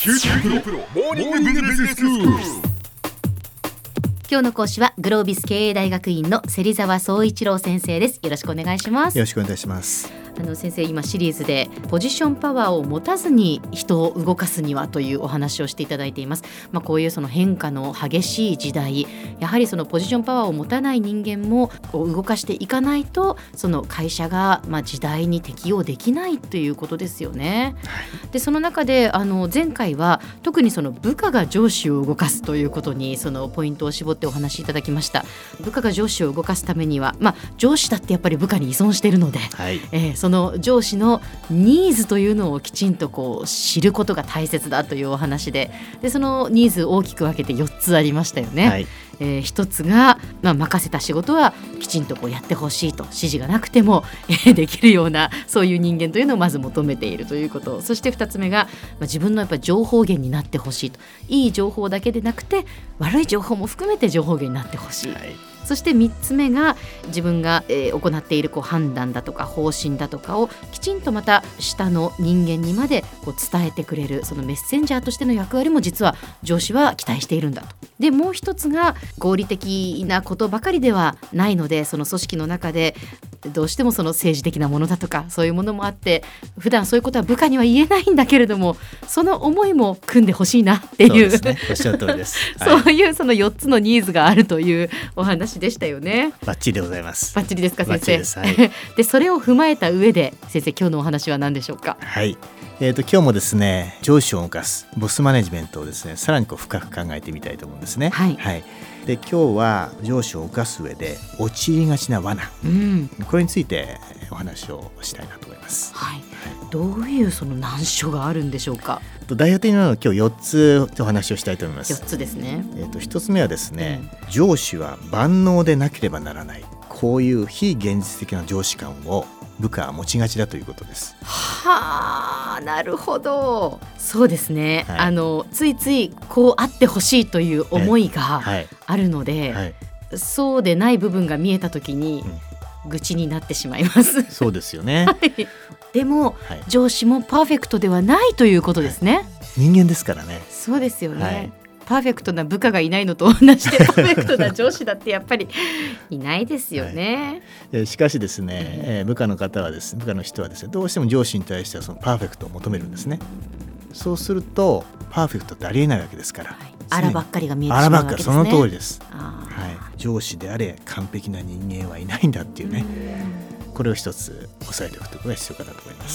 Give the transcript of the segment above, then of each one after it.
キューティープロモーニングビジネススクール。 今日の講師はグロービス経営大学院の芹沢総一郎先生です。よろしくお願いします。 よろしくお願いします。 先生、今シリーズでポジションパワーを持たずに人を動かすにはというお話をしていただいています。こういうその変化の激しい時代、やはりそのポジションパワーを持たない人間も動かしていかないと、その会社が時代に適応できないということですよね。でその中で前回は特にその部下が上司を動かすということにそのポイントを絞ってお話しいただきました。部下が上司を動かすためには、上司だってやっぱり部下に依存しているので、その上司のニーズというのをきちんと知ることが大切だというお話で、そのニーズ大きく分けて4つありましたよね。一つが、任せた仕事はきちんとやってほしいと、指示がなくてもできるようなそういう人間というのをまず求めているということ。そして2つ目が、自分のやっぱり情報源になってほしいと。いい情報だけでなくて悪い情報も含めて情報源になってほしい。そして3つ目が、自分が行っている判断だとか方針だとかをきちんとまた下の人間にまで伝えてくれる、そのメッセンジャーとしての役割も実は上司は期待しているんだと。でもう一つが、合理的なことばかりではないので、その組織の中でどうしてもその政治的なものだとかそういうものもあって、普段そういうことは部下には言えないんだけれども、その思いも組んでほしいなっていう、 そうですね、おっしゃる通りです。 そういうその4つのニーズがあるというお話でしたよね。 バッチリでございます。 バッチリですか先生。 バッチリです。 でそれを踏まえた上で先生、今日のお話は何でしょうか。 今日もですね、上司を動かすボスマネジメントをですね、さらに深く考えてみたいと思うんですね。で今日は上司を動かす上で陥りがちな罠、これについてお話をしたいなと思います。 どういうその難所があるんでしょうか。 代表的なのは今日4つお話をしたいと思います。 4つですね。 1つ目はですね、上司は万能でなければならない、こういう非現実的な上司観を部下は持ちがちだということです。 なるほど。そうですね、ついついこうあってほしいという思いがあるので、そうでない部分が見えた時に愚痴になってしまいます。 そうですよね。 でも、上司もパーフェクトではないということですね。 人間ですからね。 そうですよね。パーフェクトな部下がいないのと同じで、パーフェクトな上司だってやっぱりいないですよね。 しかしですね、部下の人はですね、どうしても上司に対してはそのパーフェクトを求めるんですね。そうするとパーフェクトってありえないわけですから、 あらばっかりが見えてしまうわけですね。 その通りです。上司であれ完璧な人間はいないんだっていうね、これを一つ押さえておくことが必要かなと思います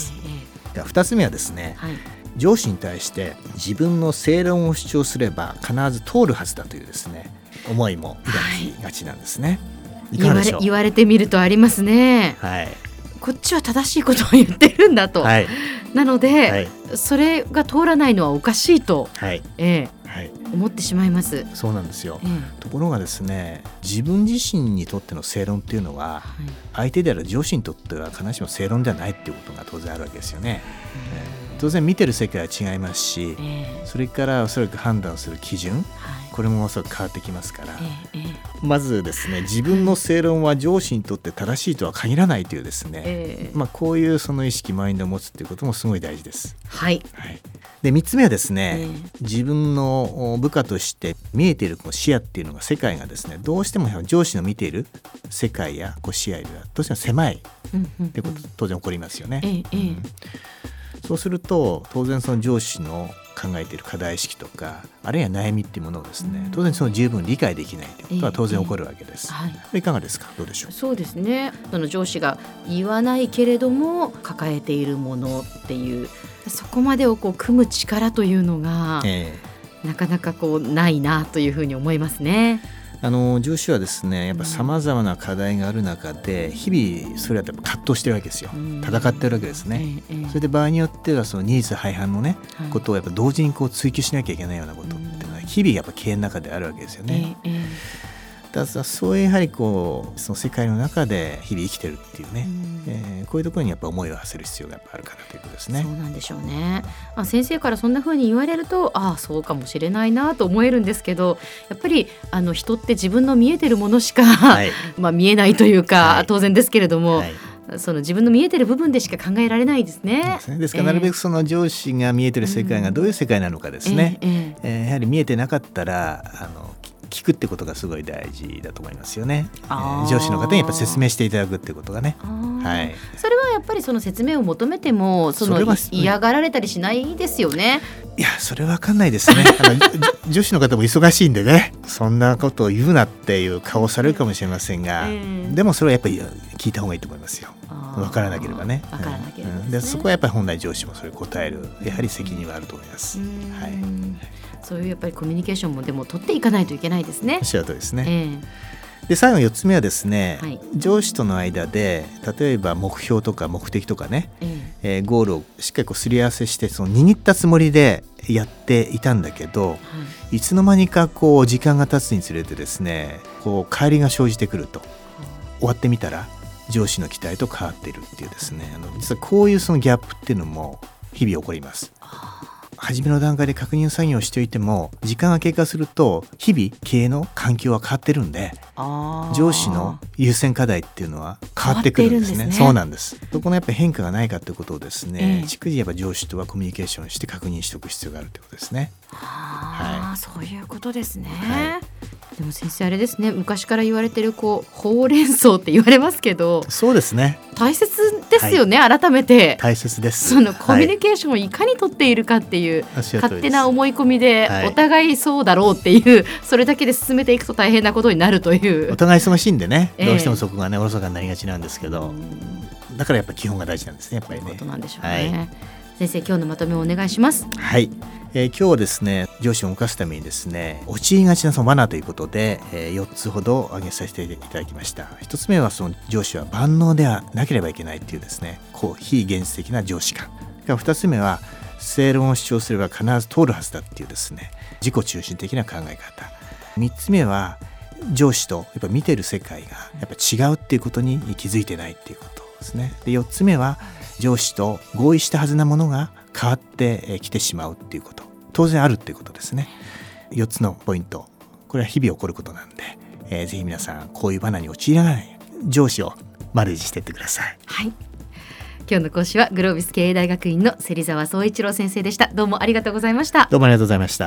。2つ目はですね、上司に対して自分の正論を主張すれば必ず通るはずだというですね、思いも抱きがちなんですね。いかがでしょう。 言われてみるとありますね。こっちは正しいことを言ってるんだと、なので、それが通らないのはおかしいと、思ってしまいます。 そうなんですよ。ところがですね、自分自身にとっての正論っていうのは、相手である上司にとっては必ずしも正論ではないっていうことが当然あるわけですよね。当然見てる世界は違いますし、それからおそらく判断する基準、これもおそらく変わってきますから、まずですね、自分の正論は上司にとって正しいとは限らないというですね、こういうその意識マインドを持つっていうこともすごい大事です。で3つ目はですね、自分の部下として見えているこの視野っていうのが、世界がですね、どうしても上司の見ている世界や視野よりはどうしても狭いってこと当然起こりますよね。そうすると当然その上司の考えている課題意識とか、あるいは悩みっていうものをですね、当然その十分理解できないということは当然起こるわけです。いかがですか。どうでしょう。 そうですね、その上司が言わないけれども抱えているものっていう、そこまでを組む力というのが、なかなかないなというふうに思いますね。 上司はですね、やっぱ様々な課題がある中で、日々それはやっぱ葛藤してるわけですよ。戦ってるわけですね。それで場合によってはそのニーズ相反のね、ことをやっぱ同時に追求しなきゃいけないようなことっていうのは日々やっぱ経営の中であるわけですよね。だからそういうやはりその世界の中で日々生きてるっていうね、こういうところにやっぱ思いを馳せる必要がやっぱあるかなということですね。 そうなんでしょうね。先生からそんな風に言われると、そうかもしれないなと思えるんですけど、やっぱり人って自分の見えてるものしか、見えないというか、当然ですけれども、 その自分の見えてる部分でしか考えられないですね。 ですからなるべくその上司が見えてる世界がどういう世界なのかですね、やはり見えてなかったら聞くってことがすごい大事だと思いますよね。上司の方にやっぱ説明していただくってことがね、はい、 それはやっぱりその説明を求めてもその嫌がられたりしないですよね。 いやそれ分かんないですね上司の方も忙しいんでね、そんなことを言うなっていう顔をされるかもしれませんが、でもそれはやっぱり聞いた方がいいと思いますよ。分からなければね。分からなければですね。でそこはやっぱり本来上司もそれを答えるやはり責任はあると思います。はい、 そういうやっぱりコミュニケーションもでも取っていかないといけないですね。 おっしゃるとですね。で最後4つ目はですね、上司との間で例えば目標とか目的とかね、ゴールをしっかりこうすり合わせしてその握ったつもりでやっていたんだけど、いつの間にかこう時間が経つにつれてですねこう乖離が生じてくると、終わってみたら上司の期待と変わっているっていうですね、実はこういうそのギャップっていうのも日々起こります。初めの段階で確認作業をしておいても時間が経過すると日々経営の環境は変わってるんで、上司の優先課題っていうのは変わってくるんですね。そうなんです。そこのやっぱり変化がないかということをですね、逐次やっぱ上司とはコミュニケーションして確認しておく必要があるということですね。 そういうことですね。でも先生あれですね、昔から言われてるこうほうれん草って言われますけど、 そうですね、 大切ですよね。改めて大切です。 そのコミュニケーションをいかに取っているかっていう、勝手な思い込みでお互いそうだろうっていう、それだけで進めていくと大変なことになるという、 お互い忙しいんでね、どうしてもそこがねおろそかになりがちなんですけど、だからやっぱり基本が大事なんですね、やっぱりね。 そういうことなんでしょうね。先生今日のまとめをお願いします。 はい、今日はですね上司を動かすためにですね陥りがちなそのマナーということで、4つほど挙げさせていただきました。1つ目はその上司は万能ではなければいけないというですねこう非現実的な上司観。2つ目は正論を主張すれば必ず通るはずだっていうですね自己中心的な考え方。3つ目は上司とやっぱ見てる世界がやっぱ違うっていうことに気づいてないっていうことですね。で4つ目は上司と合意したはずなものが変わってきてしまうっていうこと、当然あるっていうことですね。4つのポイント、これは日々起こることなんで、ぜひ皆さんこういう罠に陥らない上司をマネージしていってください。 はい、今日の講師はグロービス経営大学院の芹沢総一郎先生でした。どうもありがとうございました。 どうもありがとうございました。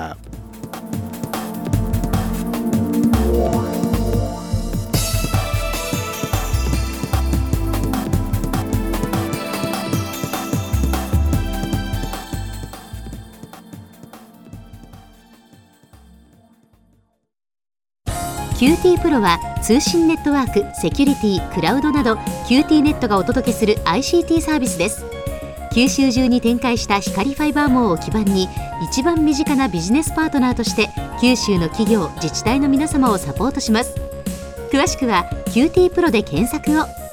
QT プロは通信ネットワーク、セキュリティ、クラウドなど QT ネットがお届けする ICT サービスです。九州中に展開した光ファイバー網を基盤に一番身近なビジネスパートナーとして九州の企業、自治体の皆様をサポートします。詳しくは QT プロで検索を。